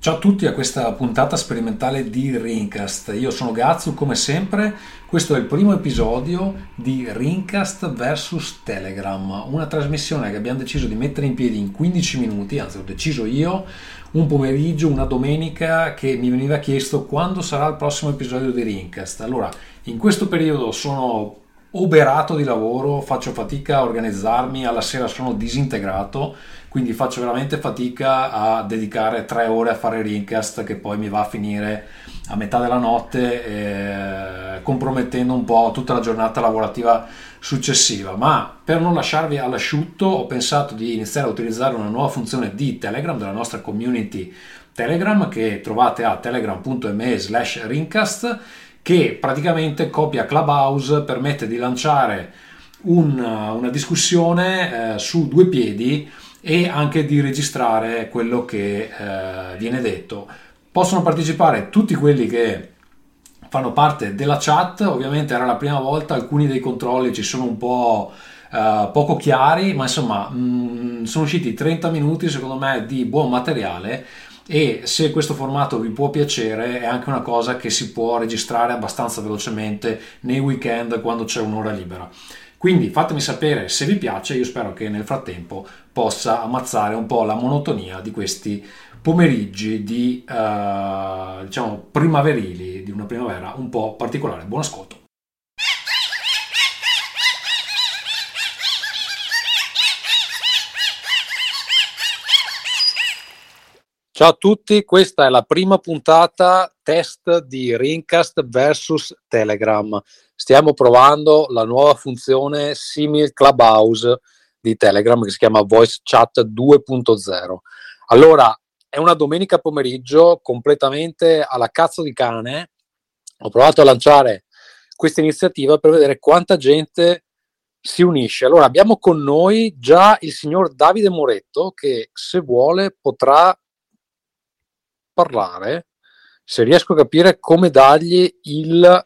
Ciao a tutti a questa puntata sperimentale di Rincast. Io sono Gazzu, come sempre. Questo è il primo episodio di Rincast vs Telegram, una trasmissione che abbiamo deciso di mettere in piedi in 15 minuti, anzi ho deciso io, un pomeriggio, una domenica, che mi veniva chiesto quando sarà il prossimo episodio di Rincast. Allora, in questo periodo sono oberato di lavoro, faccio fatica a organizzarmi, alla sera sono disintegrato, quindi faccio veramente fatica a dedicare 3 ore a fare Rincast, che poi mi va a finire a metà della notte, compromettendo un po' tutta la giornata lavorativa successiva. Ma per non lasciarvi all'asciutto ho pensato di iniziare a utilizzare una nuova funzione di Telegram, della nostra community Telegram, che trovate a telegram.me/Rincast, che praticamente copia Clubhouse, permette di lanciare una discussione su due piedi e anche di registrare quello che viene detto. Possono partecipare tutti quelli che fanno parte della chat. Ovviamente era la prima volta, alcuni dei controlli ci sono un po' poco chiari, ma insomma sono usciti 30 minuti secondo me di buon materiale, e se questo formato vi può piacere è anche una cosa che si può registrare abbastanza velocemente nei weekend quando c'è un'ora libera. Quindi fatemi sapere se vi piace. Io spero che nel frattempo possa ammazzare un po' la monotonia di questi pomeriggi di diciamo primaverili, di una primavera un po' particolare. Buon ascolto. Ciao a tutti, questa è la prima puntata test di Rincast vs Telegram. Stiamo provando la nuova funzione simil Clubhouse di Telegram, che si chiama Voice Chat 2.0. Allora, è una domenica pomeriggio completamente alla cazzo di cane. Ho provato a lanciare questa iniziativa per vedere quanta gente si unisce. Allora, abbiamo con noi già il signor Davide Moretto, che se vuole potrà parlare, se riesco a capire come dargli il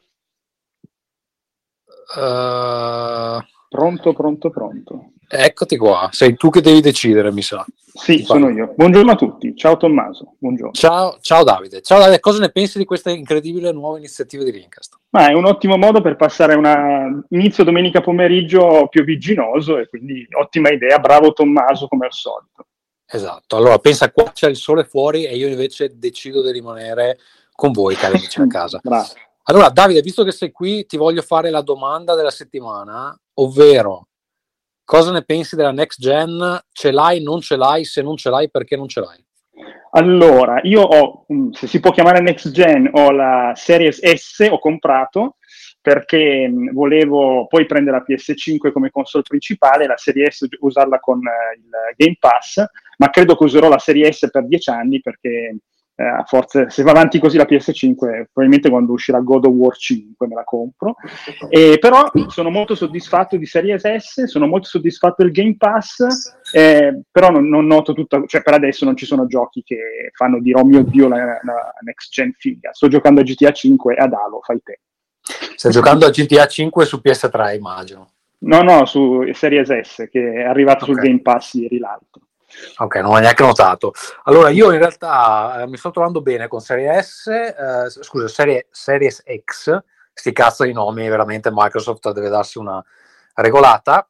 Pronto, pronto, pronto. Eccoti qua, sei tu che devi decidere, mi sa. Sì, sono io. Buongiorno a tutti, ciao Tommaso, buongiorno. Ciao Davide. Ciao Davide, cosa ne pensi di questa incredibile nuova iniziativa di Rincast? Ma è un ottimo modo per passare un inizio domenica pomeriggio piovigginoso, e quindi ottima idea, bravo Tommaso come al solito. Esatto, allora pensa, qua c'è il sole fuori e io invece decido di rimanere con voi, cari amici a casa. Bravo. Allora Davide, visto che sei qui, ti voglio fare la domanda della settimana, ovvero cosa ne pensi della next gen? Ce l'hai, non ce l'hai? Se non ce l'hai, perché non ce l'hai? Allora, io ho, se si può chiamare next gen, ho la Series S, ho comprato, perché volevo poi prendere la PS5 come console principale, la Serie S usarla con il Game Pass, ma credo che userò la Serie S per 10 anni, perché forse se va avanti così la PS5, probabilmente quando uscirà God of War 5 me la compro. Però sono molto soddisfatto di Series S, sono molto soddisfatto del Game Pass, però non noto tutta, cioè per adesso non ci sono giochi che fanno dire oh mio Dio la next gen figa. Sto giocando a GTA 5 e ad Halo, fai te. Stai giocando a GTA 5 su PS3, immagino. No, su Series S, che è arrivato sul Game Pass ieri l'altro. Ok, non l'ho neanche notato. Allora, io in realtà mi sto trovando bene con Series Series X, sti cazzo di nomi, veramente Microsoft deve darsi una regolata.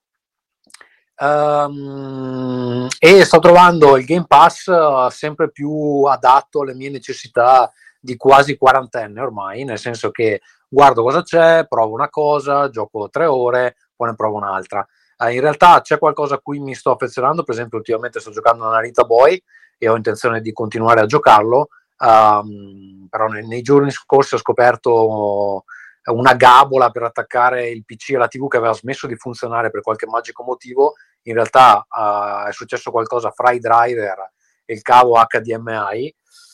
E sto trovando il Game Pass sempre più adatto alle mie necessità di quasi quarantenne ormai, nel senso che guardo cosa c'è, provo una cosa, gioco 3 ore, poi ne provo un'altra. In realtà c'è qualcosa a cui mi sto affezionando, per esempio ultimamente sto giocando a Narita Boy e ho intenzione di continuare a giocarlo, però nei giorni scorsi ho scoperto una gabola per attaccare il PC alla TV che aveva smesso di funzionare per qualche magico motivo. In realtà è successo qualcosa fra i driver e il cavo HDMI,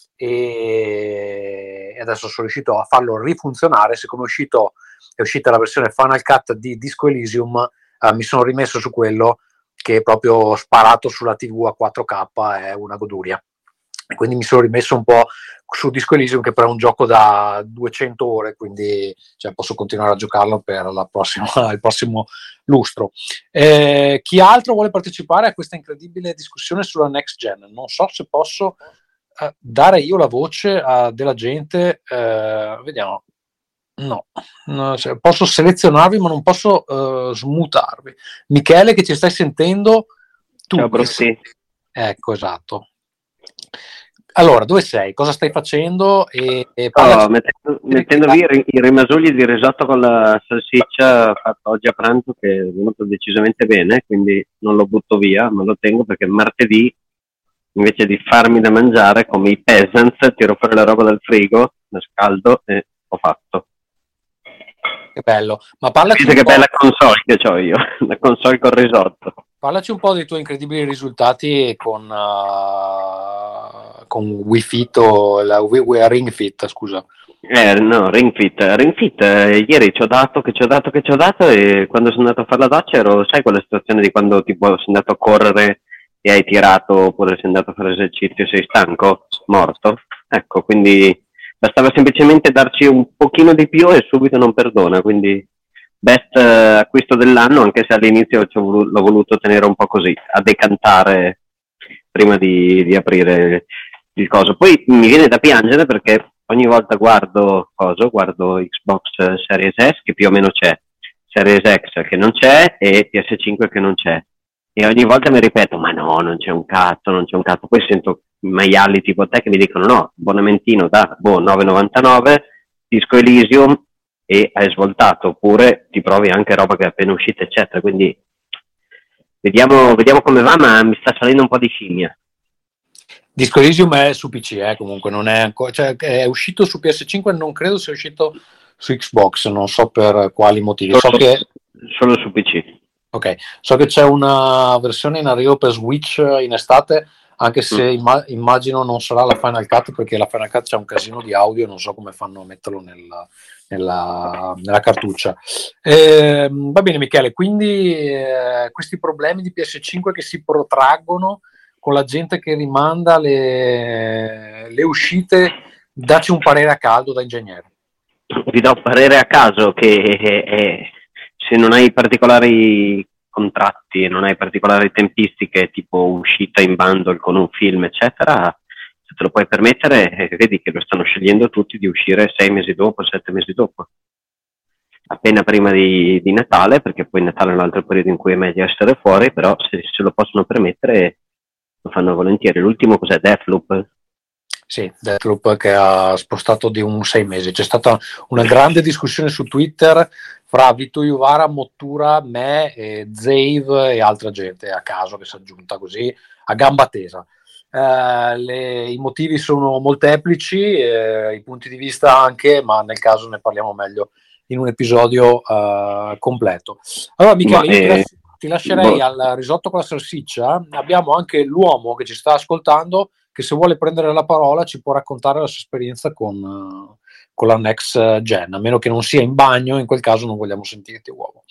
e adesso sono riuscito a farlo rifunzionare. Siccome è uscita la versione Final Cut di Disco Elysium, mi sono rimesso su quello, che proprio sparato sulla TV a 4K è una goduria. E quindi mi sono rimesso un po' su Disco Elysium, che però è un gioco da 200 ore, quindi posso continuare a giocarlo per il prossimo lustro. Chi altro vuole partecipare a questa incredibile discussione sulla next gen? Non so se posso dare io la voce a della gente, vediamo. No, posso selezionarvi, ma non posso smutarvi. Michele, che ci stai sentendo, tu. Ciao Brutti. Ecco, esatto. Allora, dove sei? Cosa stai facendo? Mettendo via i rimasugli di risotto con la salsiccia fatto oggi a pranzo, che è venuto decisamente bene, quindi non lo butto via, ma lo tengo perché martedì, invece di farmi da mangiare come i peasants, tiro fuori la roba dal frigo, la scaldo e ho fatto. Che bello. Ma parlaci che bella console che ho io, la console col risotto. Parlaci un po' dei tuoi incredibili risultati con Wii Fit o la Ring Fit, scusa. No, Ring Fit, ieri ci ho dato e quando sono andato a fare la doccia sai quella situazione di quando tipo sei andato a correre e hai tirato, oppure sei andato a fare esercizio e sei stanco, morto? Ecco, quindi bastava semplicemente darci un pochino di più e subito non perdona, quindi best acquisto dell'anno, anche se all'inizio l'ho voluto tenere un po' così, a decantare prima di aprire il coso. Poi mi viene da piangere perché ogni volta guardo Xbox Series S che più o meno c'è, Series X che non c'è e PS5 che non c'è. E ogni volta mi ripeto, ma no, non c'è un cazzo. Poi sento maiali tipo te che mi dicono no, abbonamentino da 9,99, Disco Elysium e hai svoltato, oppure ti provi anche roba che è appena uscita, eccetera. Quindi vediamo come va, ma mi sta salendo un po' di scimmia. Disco Elysium è su PC, comunque non è ancora, cioè è uscito su PS5, non credo sia uscito su Xbox, non so per quali motivi. Solo su PC. Ok, so che c'è una versione in arrivo per Switch in estate, anche se immagino non sarà la Final Cut, perché la Final Cut c'è un casino di audio e non so come fanno a metterlo nella cartuccia. Va bene Michele, quindi questi problemi di PS5 che si protraggono con la gente che rimanda le uscite, dacci un parere a caldo da ingegnere. Vi do parere a caso che se non hai particolari contratti, non hai particolari tempistiche tipo uscita in bundle con un film eccetera, se te lo puoi permettere, vedi che lo stanno scegliendo tutti di uscire 6 mesi dopo, 7 mesi dopo, appena prima di Natale, perché poi Natale è un altro periodo in cui è meglio essere fuori, però se lo possono permettere lo fanno volentieri. L'ultimo cos'è? Deathloop? Sì, Deathloop che ha spostato di un 6 mesi. C'è stata una grande discussione su Twitter fra Vito Iuvara, Mottura, me, Zave e altra gente a caso che si è aggiunta così a gamba tesa. I motivi sono molteplici, i punti di vista anche, ma nel caso ne parliamo meglio in un episodio completo. Allora Michele, ti lascerei al risotto con la salsiccia. Abbiamo anche l'uomo che ci sta ascoltando, che se vuole prendere la parola ci può raccontare la sua esperienza con la next gen, a meno che non sia in bagno, in quel caso non vogliamo sentirti, uomo.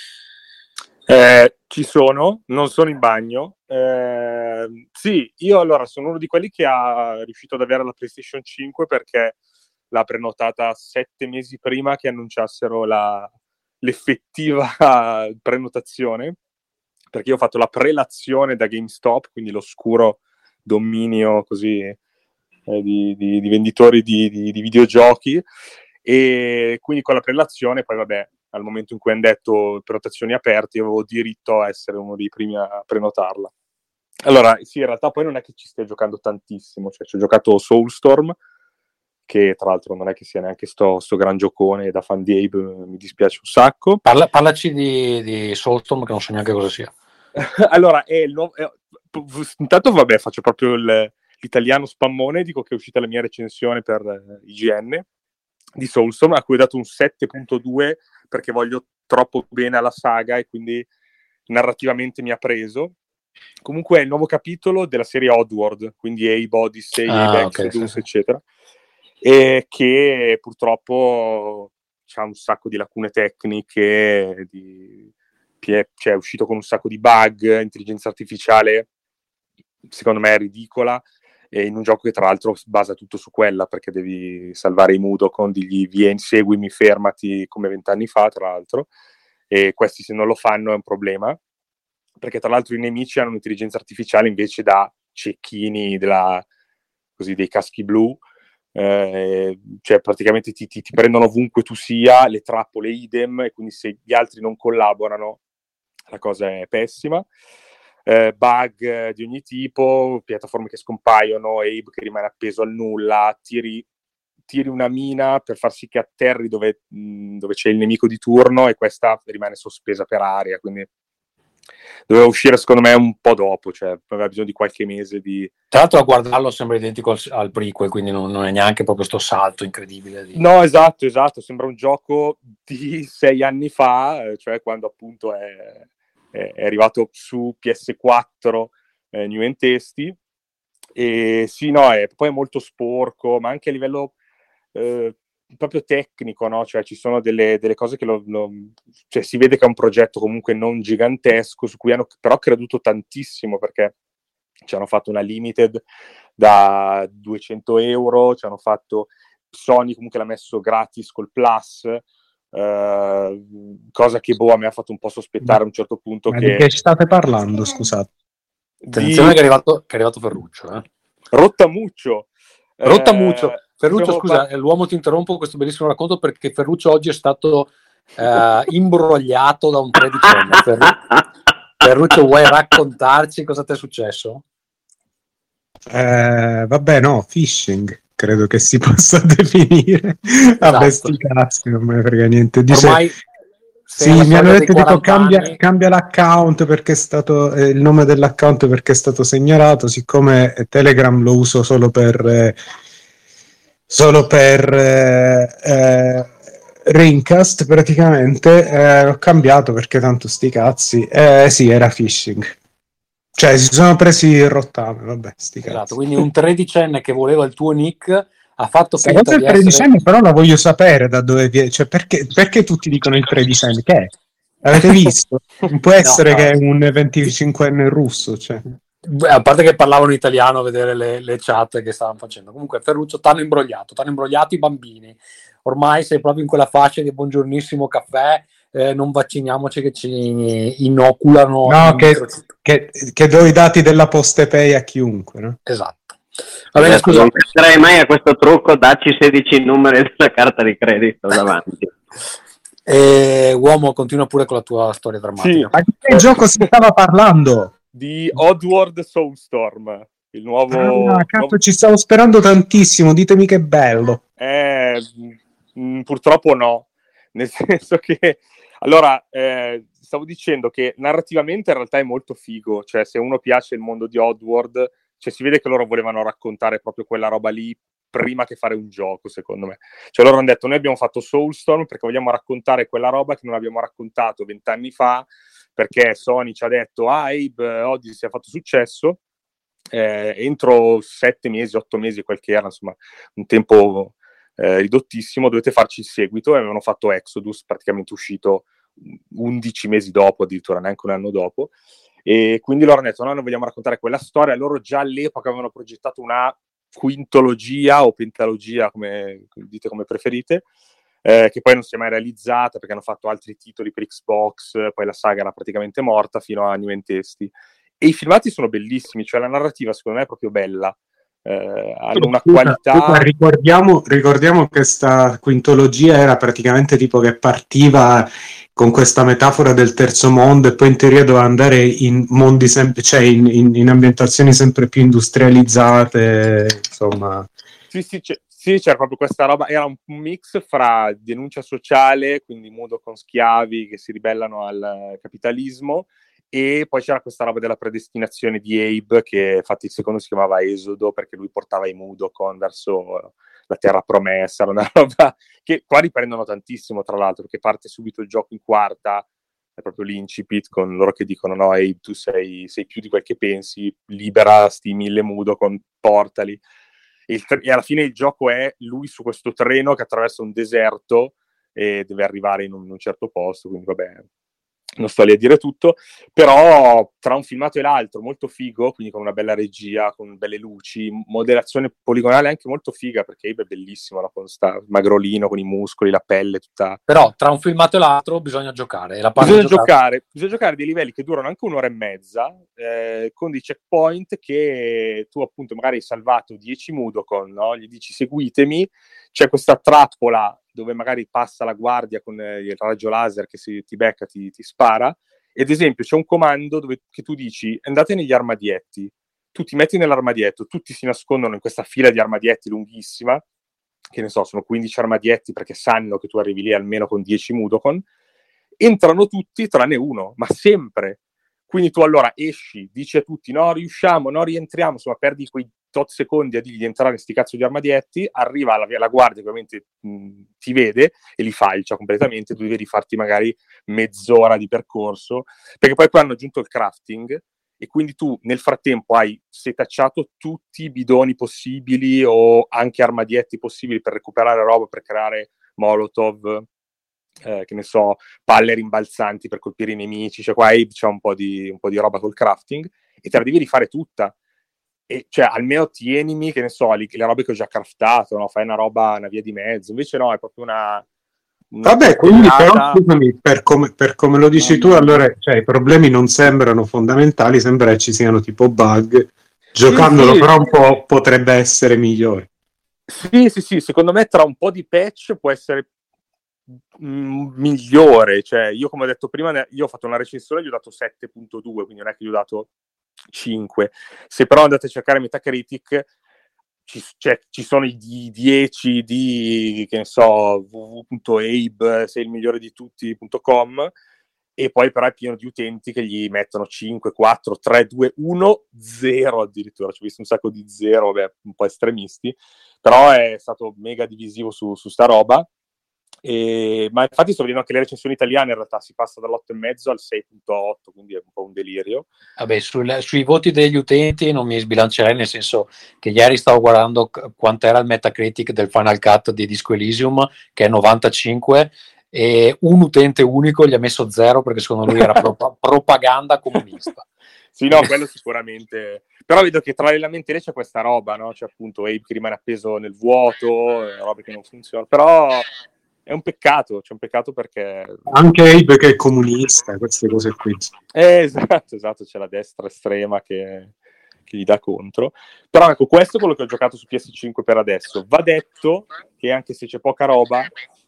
Non sono in bagno. Sì, io allora sono uno di quelli che ha riuscito ad avere la PlayStation 5 perché l'ha prenotata 7 mesi prima che annunciassero l'effettiva prenotazione, perché io ho fatto la prelazione da GameStop, quindi l'oscuro dominio così di venditori di videogiochi, e quindi con la prelazione poi vabbè, al momento in cui hanno detto prenotazioni aperte, io avevo diritto a essere uno dei primi a prenotarla. Allora sì, in realtà poi non è che ci stia giocando tantissimo, cioè ci ho giocato Soulstorm, che tra l'altro non è che sia neanche sto gran giocone, da fan di Abe mi dispiace un sacco. Parlaci di Soulstorm, che non so neanche cosa sia. Allora, intanto vabbè, faccio proprio l'italiano spammone, dico che è uscita la mia recensione per IGN di Soulstorm, a cui ho dato un 7.2 perché voglio troppo bene alla saga e quindi narrativamente mi ha preso. Comunque è il nuovo capitolo della serie Oddworld, quindi Abe, Odyssey, Exodus, sì, eccetera, e che purtroppo ha un sacco di lacune tecniche, è uscito con un sacco di bug, intelligenza artificiale secondo me è ridicola, e in un gioco che tra l'altro basa tutto su quella, perché devi salvare i Mudokon, digli vieni, seguimi, fermati, come 20 anni fa tra l'altro, e questi se non lo fanno è un problema, perché tra l'altro i nemici hanno un'intelligenza artificiale invece da cecchini così dei caschi blu, cioè praticamente ti prendono ovunque tu sia, le trappole idem, e quindi se gli altri non collaborano la cosa è pessima. Bug di ogni tipo, piattaforme che scompaiono, Abe che rimane appeso al nulla, tiri una mina per far sì che atterri dove c'è il nemico di turno e questa rimane sospesa per aria, quindi doveva uscire secondo me un po' dopo, cioè aveva bisogno di qualche mese di... Tra l'altro a guardarlo sembra identico al prequel, quindi non è neanche proprio sto salto incredibile. No, esatto, sembra un gioco di 6 anni fa, cioè quando appunto è arrivato su PS4 New and Tasty, e sì, no, poi è molto sporco, ma anche a livello proprio tecnico, no? Cioè ci sono delle cose che cioè, si vede che è un progetto comunque non gigantesco, su cui hanno però creduto tantissimo, perché ci hanno fatto una limited da 200 euro, ci hanno fatto... Sony comunque l'ha messo gratis col Plus, cosa che a me ha fatto un po' sospettare a un certo punto. Ma di che state parlando, scusate? Attenzione che è arrivato Ferruccio. Rottamuccio. Ferruccio, scusa, l'uomo ti interrompo questo bellissimo racconto perché Ferruccio oggi è stato imbrogliato da un tredicenne. Ferruccio, vuoi raccontarci cosa ti è successo? Vabbè, no, phishing credo che si possa definire. Esatto. Vabbè, sti cazzi, non me ne frega niente. Ormai sì, mi hanno detto tipo cambia l'account perché è stato il nome dell'account perché è stato segnalato. Siccome Telegram lo uso solo per Rincast, praticamente l'ho cambiato perché tanto sti cazzi. Sì, era phishing. Cioè si sono presi il rottame, vabbè, sti cazzi. Esatto, quindi un tredicenne che voleva il tuo nick ha fatto finta il tredicenne, però la voglio sapere da dove viene, cioè perché tutti dicono il tredicenne? Che è? Avete visto? Non può essere che è un 25enne russo, cioè. A parte che parlavano italiano a vedere le chat che stavano facendo. Comunque Ferruccio, t'hanno imbrogliato i bambini. Ormai sei proprio in quella fascia di buongiornissimo caffè, non vacciniamoci che ci inoculano. No, che do i dati della Postepay a chiunque, no? Esatto. Va bene, scusa. Non penserei mai a questo trucco, dacci 16 numeri della carta di credito davanti. Uomo, continua pure con la tua storia drammatica. Sì. Ma di che gioco si stava parlando? Di Oddworld Soulstorm, il nuovo... Cazzo, ci stavo sperando tantissimo, ditemi che bello. Purtroppo no, nel senso che... Allora, stavo dicendo che narrativamente in realtà è molto figo, cioè se uno piace il mondo di Oddworld, cioè si vede che loro volevano raccontare proprio quella roba lì prima che fare un gioco, secondo me. Cioè loro hanno detto, noi abbiamo fatto Soulstorm perché vogliamo raccontare quella roba che non abbiamo raccontato 20 anni fa, perché Sony ci ha detto, Abe, Odyssey ha fatto successo, entro 7 mesi, 8 mesi, quel che era, insomma, un tempo ridottissimo, dovete farci il seguito, e avevano fatto Exodus, praticamente uscito 11 mesi dopo, addirittura neanche un anno dopo, e quindi loro hanno detto, no, noi vogliamo raccontare quella storia. Loro già all'epoca avevano progettato una quintologia o pentalogia, dite come preferite, che poi non si è mai realizzata perché hanno fatto altri titoli per Xbox, poi la saga era praticamente morta fino a New and Tasty. E i filmati sono bellissimi, cioè la narrativa secondo me è proprio bella, hanno una qualità... Ricordiamo che sta quintologia era praticamente tipo che partiva con questa metafora del terzo mondo e poi in teoria doveva andare in mondi cioè in ambientazioni sempre più industrializzate, insomma. Sì, c'era proprio questa roba, era un mix fra denuncia sociale, quindi mondo con schiavi che si ribellano al capitalismo, e poi c'era questa roba della predestinazione di Abe, che infatti il secondo si chiamava Esodo perché lui portava i Mudokon verso la terra promessa. Era una roba che qua riprendono tantissimo, tra l'altro, perché parte subito il gioco in quarta, è proprio l'incipit con loro che dicono, no Abe, tu sei più di quel che pensi, libera sti 1000 Mudokon, portali. E alla fine il gioco è lui su questo treno che attraversa un deserto e deve arrivare in un certo posto, quindi vabbè, non sto lì a dire tutto, però tra un filmato e l'altro molto figo, quindi con una bella regia, con belle luci, moderazione poligonale anche molto figa, perché Abe è bellissimo, no? Con sta magrolino, con i muscoli, la pelle tutta... Però tra un filmato e l'altro bisogna giocare. Bisogna giocare dei livelli che durano anche un'ora e mezza, con dei checkpoint che tu appunto magari hai salvato 10 Mudokon, no? Gli dici seguitemi, c'è questa trappola dove magari passa la guardia con il raggio laser che se ti becca ti spara, e ad esempio c'è un comando che tu dici andate negli armadietti, tu ti metti nell'armadietto, tutti si nascondono in questa fila di armadietti lunghissima, che ne so, sono 15 armadietti perché sanno che tu arrivi lì almeno con 10 Mudokon, entrano tutti tranne uno, ma sempre. Quindi tu allora esci, dici a tutti no, riusciamo, no, rientriamo, insomma perdi quei tot secondi a dirgli di entrare in sti cazzo di armadietti, arriva la guardia che ovviamente ti vede e li falcia completamente, tu devi rifarti magari mezz'ora di percorso, perché poi hanno aggiunto il crafting e quindi tu nel frattempo hai setacciato tutti i bidoni possibili o anche armadietti possibili per recuperare roba, per creare molotov, che ne so, palle rimbalzanti per colpire i nemici, cioè qua c'è un po' di roba col crafting e te la devi rifare tutta. E cioè almeno tienimi, che ne so, le robe che ho già craftato, no? Fai una via di mezzo, invece no, è proprio una vabbè, quindi però scusami, per come lo dici tu, allora cioè, i problemi non sembrano fondamentali, sembra che ci siano tipo bug, giocandolo sì. Però un po' potrebbe essere migliore. Sì, secondo me tra un po' di patch può essere migliore, cioè io come ho detto prima, io ho fatto una recensione e gli ho dato 7.2, quindi non è che gli ho dato 5. Se però andate a cercare Metacritic ci sono i 10 di, che ne so, www.abe, sei il migliore di tutti.com, e poi però è pieno di utenti che gli mettono 5, 4, 3, 2, 1, 0 addirittura, ci ho visto un sacco di 0, vabbè, un po' estremisti, però è stato mega divisivo su sta roba. Ma infatti sto vedendo anche le recensioni italiane, in realtà si passa dall'8,5 al 6.8, quindi è un po' un delirio. Vabbè, sui voti degli utenti non mi sbilancerei, nel senso che ieri stavo guardando quant'era il Metacritic del Final Cut di Disco Elysium, che è 95, e un utente unico gli ha messo 0 perché secondo lui era propaganda comunista. Sì, no, quello sicuramente. Però vedo che tra le lamentele c'è questa roba, no? C'è appunto Abe che rimane appeso nel vuoto, robe che non funzionano, però è un peccato, c'è un peccato perché... Anche Abe che è comunista, queste cose qui. Esatto, c'è la destra estrema che gli dà contro. Però ecco, questo è quello che ho giocato su PS5 per adesso. Va detto che anche se c'è poca roba,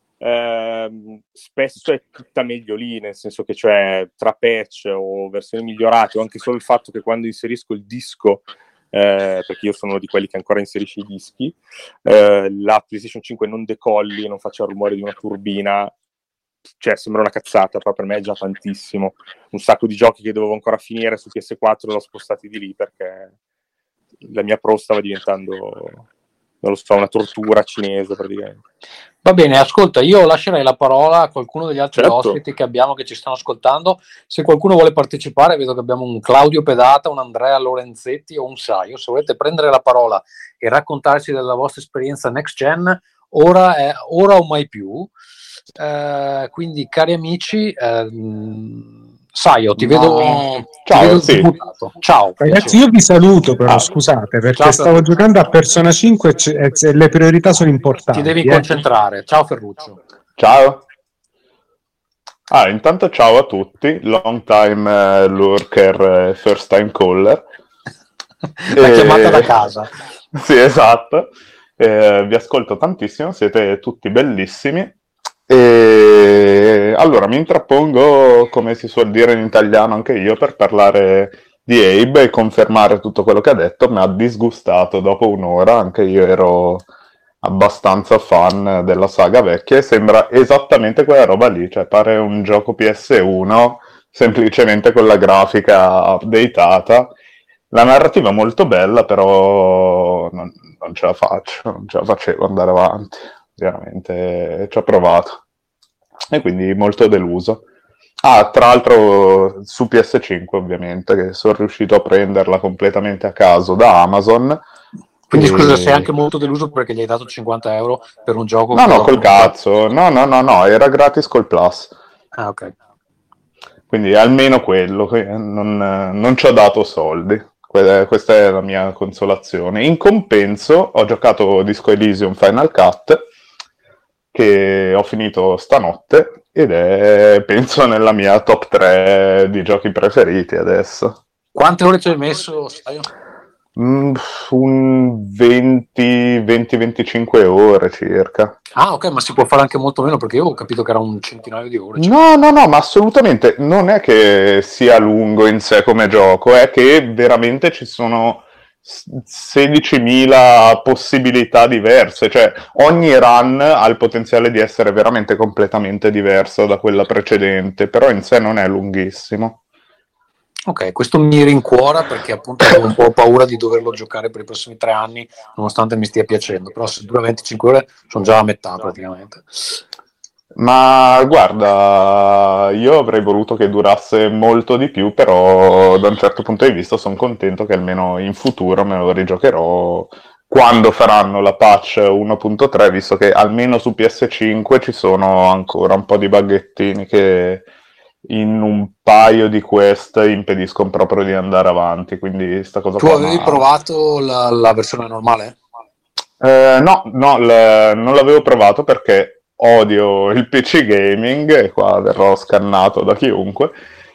spesso è tutta meglio lì, nel senso che cioè tra patch o versioni migliorate, o anche solo il fatto che quando inserisco il disco, perché io sono uno di quelli che ancora inserisce i dischi, la PlayStation 5 non decolli e non faccia il rumore di una turbina, cioè sembra una cazzata, però per me è già tantissimo. Un sacco di giochi che dovevo ancora finire su PS4 l'ho spostati di lì perché la mia Pro stava diventando, non lo so, una tortura cinese praticamente. Va bene, ascolta, io lascerei la parola a qualcuno degli altri ospiti che abbiamo, che ci stanno ascoltando. Se qualcuno vuole partecipare, vedo che abbiamo un Claudio Pedata, un Andrea Lorenzetti o un Saio. Se volete prendere la parola e raccontarci della vostra esperienza next gen, ora o mai più. Quindi, cari amici, Saio, ti vedo. Ciao, sì. Ciao. Ragazzi, io vi saluto, però scusate, perché stavo giocando a Persona 5 e le priorità sono importanti. Ti devi concentrare. Ciao Ferruccio. Ciao. Intanto ciao a tutti, long time lurker, first time caller. La chiamata da casa. Sì, esatto. Vi ascolto tantissimo, siete tutti bellissimi. E allora mi intrappongo, come si suol dire in italiano anche io, per parlare di Abe e confermare tutto quello che ha detto. Mi ha disgustato dopo un'ora, anche io ero abbastanza fan della saga vecchia e sembra esattamente quella roba lì, cioè pare un gioco PS1 semplicemente con la grafica updatata. La narrativa è molto bella, però non ce la faccio, non ce la facevo andare avanti. Veramente ci ho provato e quindi molto deluso. Tra l'altro su PS5 ovviamente, che sono riuscito a prenderla completamente a caso da Amazon. Quindi scusa, sei anche molto deluso perché gli hai dato 50 euro per un gioco? No, col cazzo, no, era gratis col Plus. Ok. Quindi almeno quello, non ci ho dato soldi. Questa è la mia consolazione. In compenso ho giocato Disco Elysium Final Cut, che ho finito stanotte, ed è, penso, nella mia top 3 di giochi preferiti adesso. Quante ore ci hai messo, sai? Un 20-25 ore circa. Ah, ok, ma si può fare anche molto meno, perché io ho capito che era un centinaio di ore. No, ma assolutamente non è che sia lungo in sé come gioco, è che veramente ci sono 16.000 possibilità diverse, cioè ogni run ha il potenziale di essere veramente completamente diversa da quella precedente, però in sé non è lunghissimo. Ok, questo mi rincuora, perché appunto avevo un po' paura di doverlo giocare per i prossimi 3 anni, nonostante mi stia piacendo, però se dura 25 ore sono già a metà praticamente. Ma guarda, io avrei voluto che durasse molto di più, però da un certo punto di vista sono contento che almeno in futuro me lo rigiocherò quando faranno la patch 1.3, visto che almeno su PS5 ci sono ancora un po' di buggettini che in un paio di quest impediscono proprio di andare avanti, quindi sta cosa Tu avevi provato la versione normale? No, non l'avevo provato perché odio il PC gaming, e qua verrò scannato da chiunque,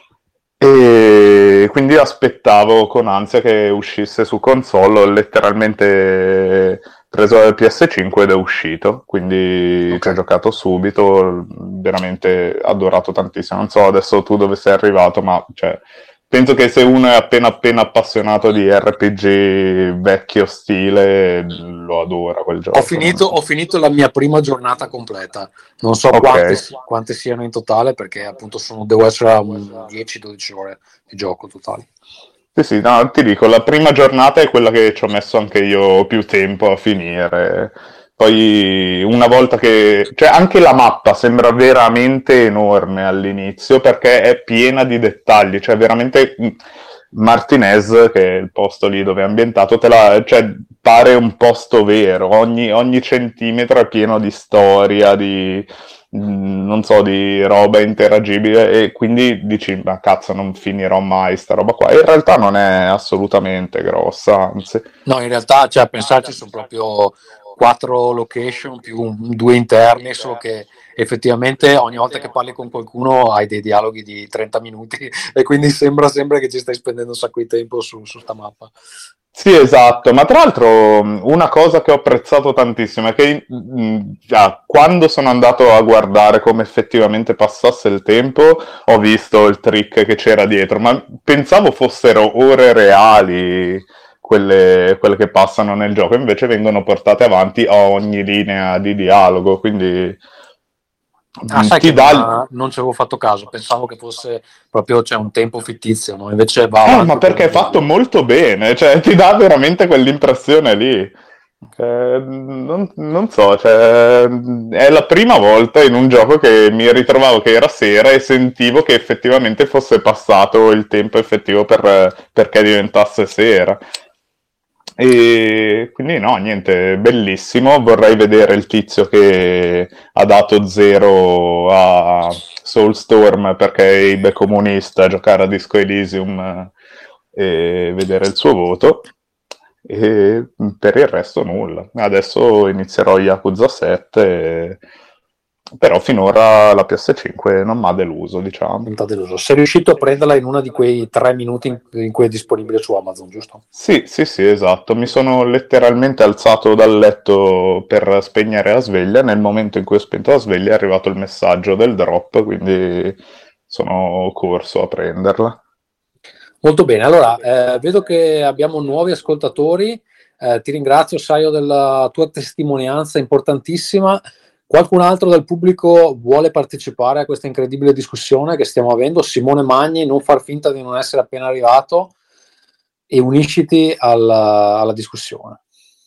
e quindi aspettavo con ansia che uscisse su console. Ho letteralmente preso il PS5 ed è uscito, quindi ci ho giocato subito, veramente adorato tantissimo. Non so adesso tu dove sei arrivato, ma cioè, penso che se uno è appena appassionato di RPG vecchio stile, lo adora quel gioco. Ho finito la mia prima giornata completa, non so quante siano in totale, perché appunto devo essere a 10-12 ore di gioco totali. Sì, no, ti dico, la prima giornata è quella che ci ho messo anche io più tempo a finire. Poi una volta che... cioè anche la mappa sembra veramente enorme all'inizio, perché è piena di dettagli, cioè veramente Martinez, che è il posto lì dove è ambientato, cioè, pare un posto vero, ogni centimetro è pieno di storia, di non so, di roba interagibile, e quindi dici, ma cazzo, non finirò mai sta roba qua. In realtà non è assolutamente grossa, anzi. No, in realtà, cioè, a pensarci, sono proprio 4 location più 2 interni, solo che effettivamente ogni volta che parli con qualcuno hai dei dialoghi di 30 minuti e quindi sembra che ci stai spendendo un sacco di tempo su sta mappa. Sì, esatto, ma tra l'altro una cosa che ho apprezzato tantissimo è che quando sono andato a guardare come effettivamente passasse il tempo, ho visto il trick che c'era dietro, ma pensavo fossero ore reali quelle che passano nel gioco, invece vengono portate avanti a ogni linea di dialogo, quindi... sai che non ci avevo fatto caso, pensavo che fosse proprio un tempo fittizio, no? Invece va avanti. Ma perché è fatto molto bene, cioè ti dà veramente quell'impressione lì. Non so, cioè, è la prima volta in un gioco che mi ritrovavo che era sera e sentivo che effettivamente fosse passato il tempo effettivo perché diventasse sera. E quindi no, niente, bellissimo. Vorrei vedere il tizio che ha dato 0 a Soulstorm perché è ibe comunista, giocare a Disco Elysium e vedere il suo voto. E per il resto nulla. Adesso inizierò Yakuza 7, però finora la PS5 non mi ha deluso, diciamo. Sei riuscito a prenderla in uno di quei 3 minuti in cui è disponibile su Amazon, giusto? Sì, esatto. Mi sono letteralmente alzato dal letto per spegnere la sveglia. Nel momento in cui ho spento la sveglia è arrivato il messaggio del drop, quindi sono corso a prenderla. Molto bene, allora vedo che abbiamo nuovi ascoltatori, ti ringrazio Saio della tua testimonianza importantissima. Qualcun altro del pubblico vuole partecipare a questa incredibile discussione che stiamo avendo? Simone Magni, non far finta di non essere appena arrivato e unisciti alla discussione.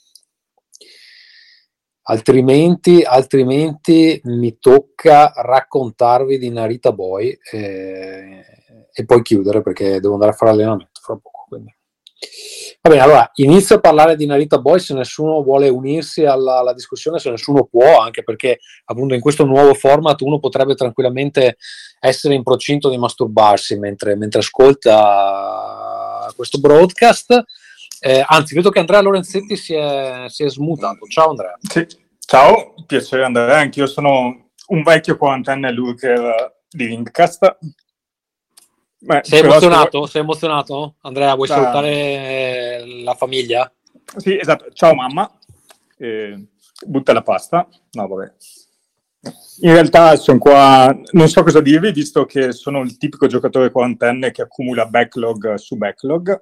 Altrimenti mi tocca raccontarvi di Narita Boy e poi chiudere perché devo andare a fare allenamento fra poco. Quindi. Va bene, allora inizio a parlare di Narita Boy se nessuno vuole unirsi alla discussione, se nessuno può, anche perché appunto in questo nuovo format uno potrebbe tranquillamente essere in procinto di masturbarsi mentre ascolta questo broadcast. Anzi, vedo che Andrea Lorenzetti si è smutato. Ciao Andrea. Sì. Ciao, piacere Andrea, anch'io sono un vecchio quarantenne lurker di Ringcast. Sei emozionato? Sei emozionato? Andrea, vuoi salutare la famiglia? Sì, esatto. Ciao mamma. Butta la pasta. No, vabbè. In realtà sono qua, non so cosa dirvi, visto che sono il tipico giocatore quarantenne che accumula backlog su backlog.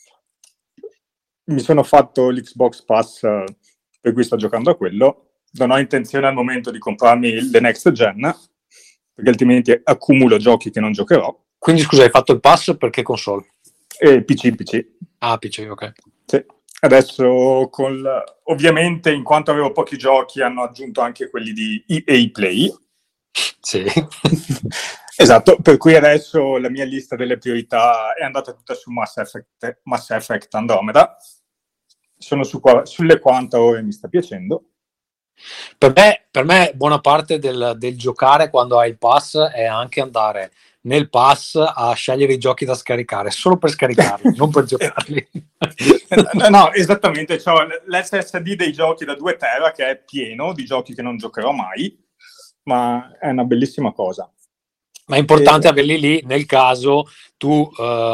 Mi sono fatto l'Xbox Pass, per cui sto giocando a quello. Non ho intenzione al momento di comprarmi le next gen, perché altrimenti accumulo giochi che non giocherò. Quindi scusa, hai fatto il pass perché console? PC. Ah, PC, ok. Sì. Adesso, ovviamente, in quanto avevo pochi giochi, hanno aggiunto anche quelli di EA Play. Sì. Esatto, per cui adesso la mia lista delle priorità è andata tutta su Mass Effect Andromeda. Sono sulle 40 ore, mi sta piacendo. Per me buona parte del giocare quando hai il pass è anche andare nel pass a scegliere i giochi da scaricare solo per scaricarli, non per giocarli. No, esattamente, c'ho l'SSD dei giochi da 2 tera che è pieno di giochi che non giocherò mai, ma è una bellissima cosa. Ma è importante averli lì nel caso tu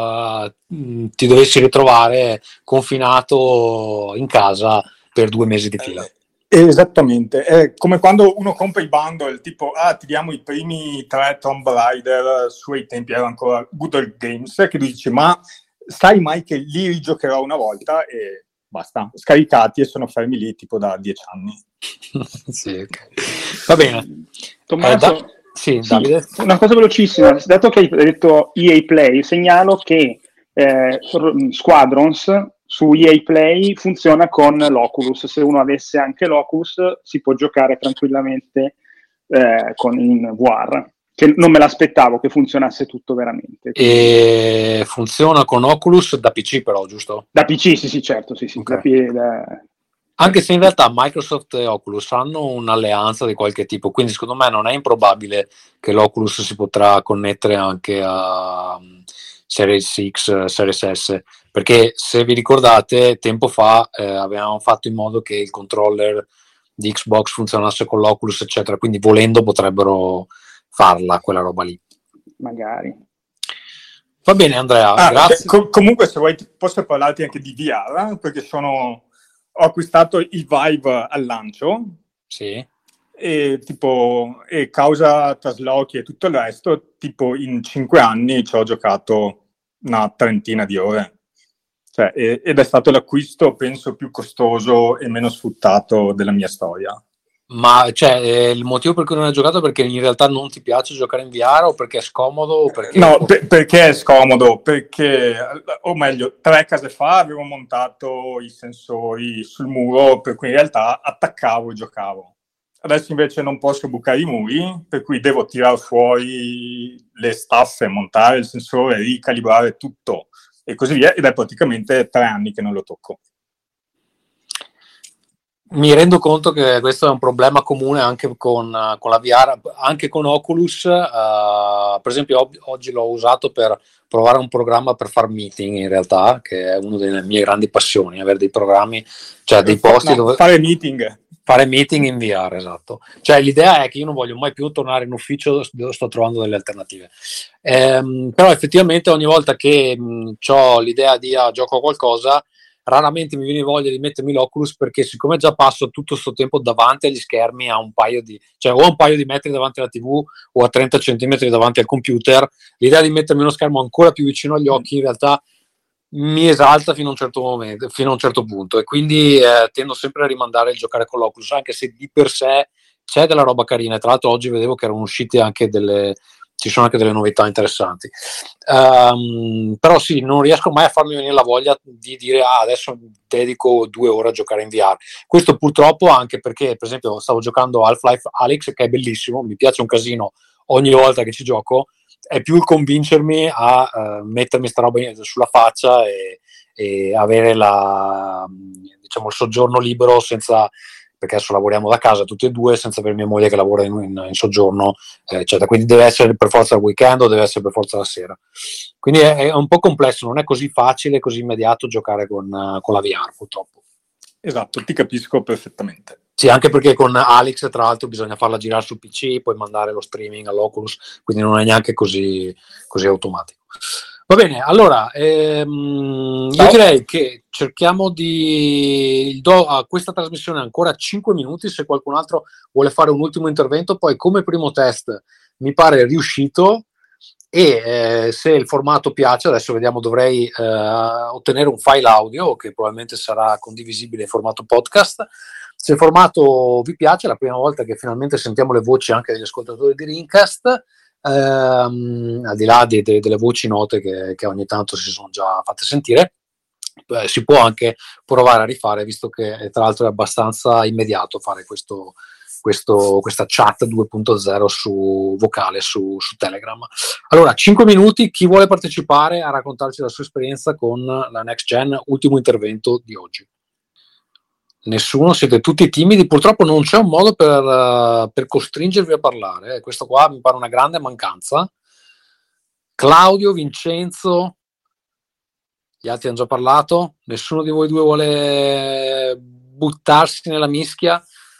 ti dovessi ritrovare confinato in casa per 2 mesi di fila. Esattamente, è come quando uno compra i bundle, tipo ti diamo i primi 3 Tomb Raider, su ai tempi erano ancora Good Old Games, che tu dici ma sai mai che li rigiocherò una volta, e basta, scaricati e sono fermi lì tipo da 10 anni. Sì, okay. Va bene. Tommaso, sì, Davide. Una cosa velocissima, dato che hai detto EA Play, segnalo che Squadrons su EA Play funziona con l'Oculus. Se uno avesse anche l'Oculus si può giocare tranquillamente in VR, che non me l'aspettavo che funzionasse tutto veramente. E funziona con Oculus da PC però, giusto? Da PC, sì, certo, sì. Okay. Anche se in realtà Microsoft e Oculus hanno un'alleanza di qualche tipo, quindi secondo me non è improbabile che l'Oculus si potrà connettere anche a Series X, Series S, perché se vi ricordate tempo fa avevamo fatto in modo che il controller di Xbox funzionasse con l'Oculus eccetera, quindi volendo potrebbero farla quella roba lì. Magari. Va bene Andrea, grazie. Comunque se vuoi posso parlarti anche di VR, perché ho acquistato il Vive al lancio. Sì. E causa traslochi e tutto il resto, tipo in 5 anni ci ho giocato una 30 di ore, cioè, ed è stato l'acquisto penso più costoso e meno sfruttato della mia storia. Ma il motivo per cui non hai giocato è perché in realtà non ti piace giocare in VR o perché è scomodo? O perché... No, perché è scomodo, o meglio, 3 case fa avevo montato i sensori sul muro, per cui in realtà attaccavo e giocavo. Adesso invece non posso bucare i muri, per cui devo tirare fuori le staffe, montare il sensore, ricalibrare tutto e così via, ed è praticamente 3 anni che non lo tocco. Mi rendo conto che questo è un problema comune anche con la VR, anche con Oculus. Per esempio oggi l'ho usato per provare un programma per far meeting, in realtà, che è una delle mie grandi passioni, avere dei programmi, cioè dei posti dove... Fare meeting in VR, esatto. Cioè l'idea è che io non voglio mai più tornare in ufficio, sto trovando delle alternative. Però effettivamente ogni volta che ho l'idea di gioco a qualcosa, raramente mi viene voglia di mettermi l'Oculus, perché siccome già passo tutto questo tempo davanti agli schermi a un paio di metri davanti alla TV o a 30 centimetri davanti al computer, l'idea di mettermi uno schermo ancora più vicino agli occhi in realtà mi esalta fino a un certo momento, fino a un certo punto, e quindi tendo sempre a rimandare il giocare con l'Oculus, anche se di per sé c'è della roba carina. Tra l'altro oggi vedevo che erano uscite anche ci sono anche delle novità interessanti, però sì, non riesco mai a farmi venire la voglia di dire adesso dedico 2 ore a giocare in VR. Questo purtroppo anche perché, per esempio, stavo giocando Half-Life Alyx, che è bellissimo, mi piace un casino ogni volta che ci gioco, è più il convincermi a mettermi sta roba sulla faccia e e avere diciamo il soggiorno libero senza, perché adesso lavoriamo da casa tutti e due, senza avere mia moglie che lavora in soggiorno, eccetera. Quindi deve essere per forza il weekend o deve essere per forza la sera. Quindi è un po' complesso, non è così facile, così immediato giocare con la VR, purtroppo. Esatto, ti capisco perfettamente. Sì, anche perché con Alex, tra l'altro, bisogna farla girare su PC, poi mandare lo streaming all'Oculus, quindi non è neanche così automatico. Va bene, allora, io direi che cerchiamo a questa trasmissione ancora 5 minuti, se qualcun altro vuole fare un ultimo intervento, poi come primo test mi pare riuscito, e se il formato piace, adesso vediamo, dovrei ottenere un file audio che probabilmente sarà condivisibile in formato podcast. Se il formato vi piace, è la prima volta che finalmente sentiamo le voci anche degli ascoltatori di Rincast, al di là delle voci note che ogni tanto si sono già fatte sentire, si può anche provare a rifare, visto che tra l'altro è abbastanza immediato fare questa chat 2.0 su vocale su Telegram. Allora, 5 minuti, chi vuole partecipare a raccontarci la sua esperienza con la Next Gen, ultimo intervento di oggi? Nessuno? Siete tutti timidi? Purtroppo non c'è un modo per costringervi a parlare, questo qua mi pare una grande mancanza. Claudio, Vincenzo, gli altri hanno già parlato? Nessuno di voi due vuole buttarsi nella mischia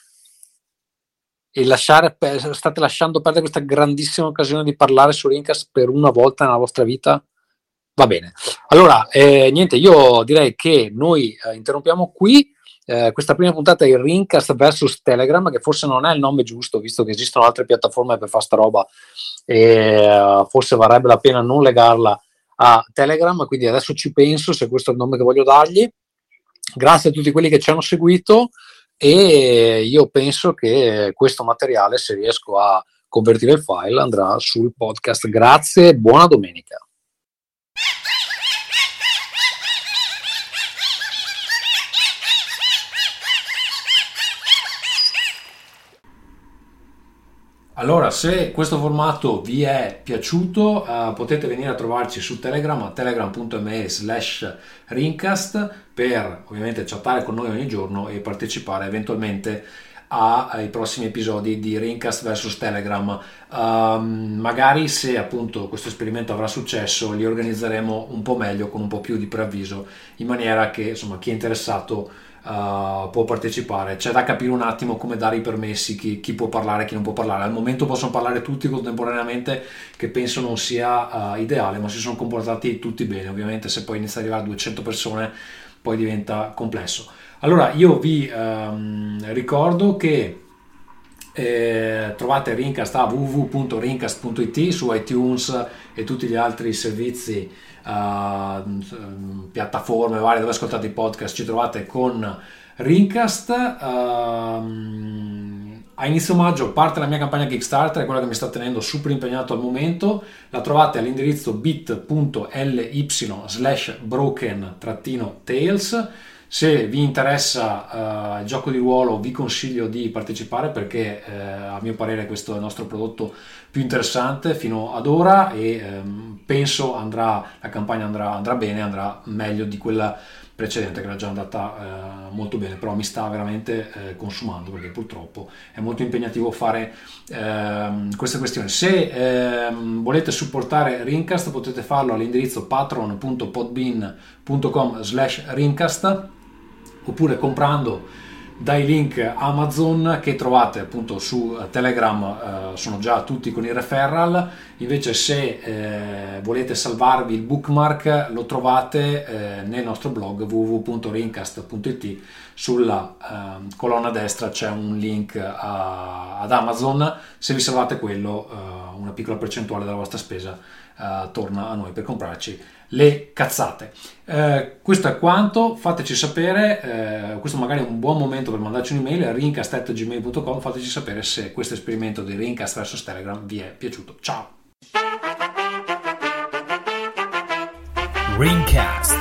e state lasciando perdere questa grandissima occasione di parlare su Rincast per una volta nella vostra vita? Va bene, allora niente, io direi che noi interrompiamo qui questa prima puntata è il Rincast versus Telegram, che forse non è il nome giusto, visto che esistono altre piattaforme per fare sta roba e forse varrebbe la pena non legarla a Telegram, quindi adesso ci penso se questo è il nome che voglio dargli. Grazie a tutti quelli che ci hanno seguito, e io penso che questo materiale, se riesco a convertire il file, andrà sul podcast. Grazie, buona domenica. Allora, se questo formato vi è piaciuto, potete venire a trovarci su Telegram a telegram.me/Rincast per ovviamente chattare con noi ogni giorno e partecipare eventualmente ai prossimi episodi di Rincast vs Telegram. Magari, se appunto questo esperimento avrà successo, li organizzeremo un po' meglio, con un po' più di preavviso, in maniera che insomma chi è interessato può partecipare. C'è da capire un attimo come dare i permessi, chi può parlare, chi non può parlare. Al momento possono parlare tutti contemporaneamente, che penso non sia ideale, ma si sono comportati tutti bene. Ovviamente se poi inizia ad arrivare a 200 persone poi diventa complesso. Allora io vi ricordo che trovate Rincast a www.rincast.it, su iTunes e tutti gli altri servizi, piattaforme varie dove ascoltate i podcast. Ci trovate con Rincast. A inizio maggio parte la mia campagna Kickstarter, è quella che mi sta tenendo super impegnato al momento. La trovate all'indirizzo bit.ly/broken-tales. Se vi interessa il gioco di ruolo, vi consiglio di partecipare, perché a mio parere questo è il nostro prodotto più interessante fino ad ora, e penso la campagna andrà bene, andrà meglio di quella precedente, che era già andata molto bene, però mi sta veramente consumando, perché purtroppo è molto impegnativo fare queste questioni. Se volete supportare Rincast, potete farlo all'indirizzo patreon.podbean.com/Rincast, oppure comprando dai link Amazon che trovate appunto su Telegram. Sono già tutti con i referral. Invece se volete salvarvi il bookmark, lo trovate nel nostro blog www.rincast.it. sulla colonna destra c'è un link ad Amazon. Se vi salvate quello, una piccola percentuale della vostra spesa torna a noi per comprarci le cazzate. Questo è quanto. Fateci sapere, questo magari è un buon momento per mandarci un'email a rincast@gmail.com. fateci sapere se questo esperimento di Rincast vs Telegram vi è piaciuto. Ciao. Rincast.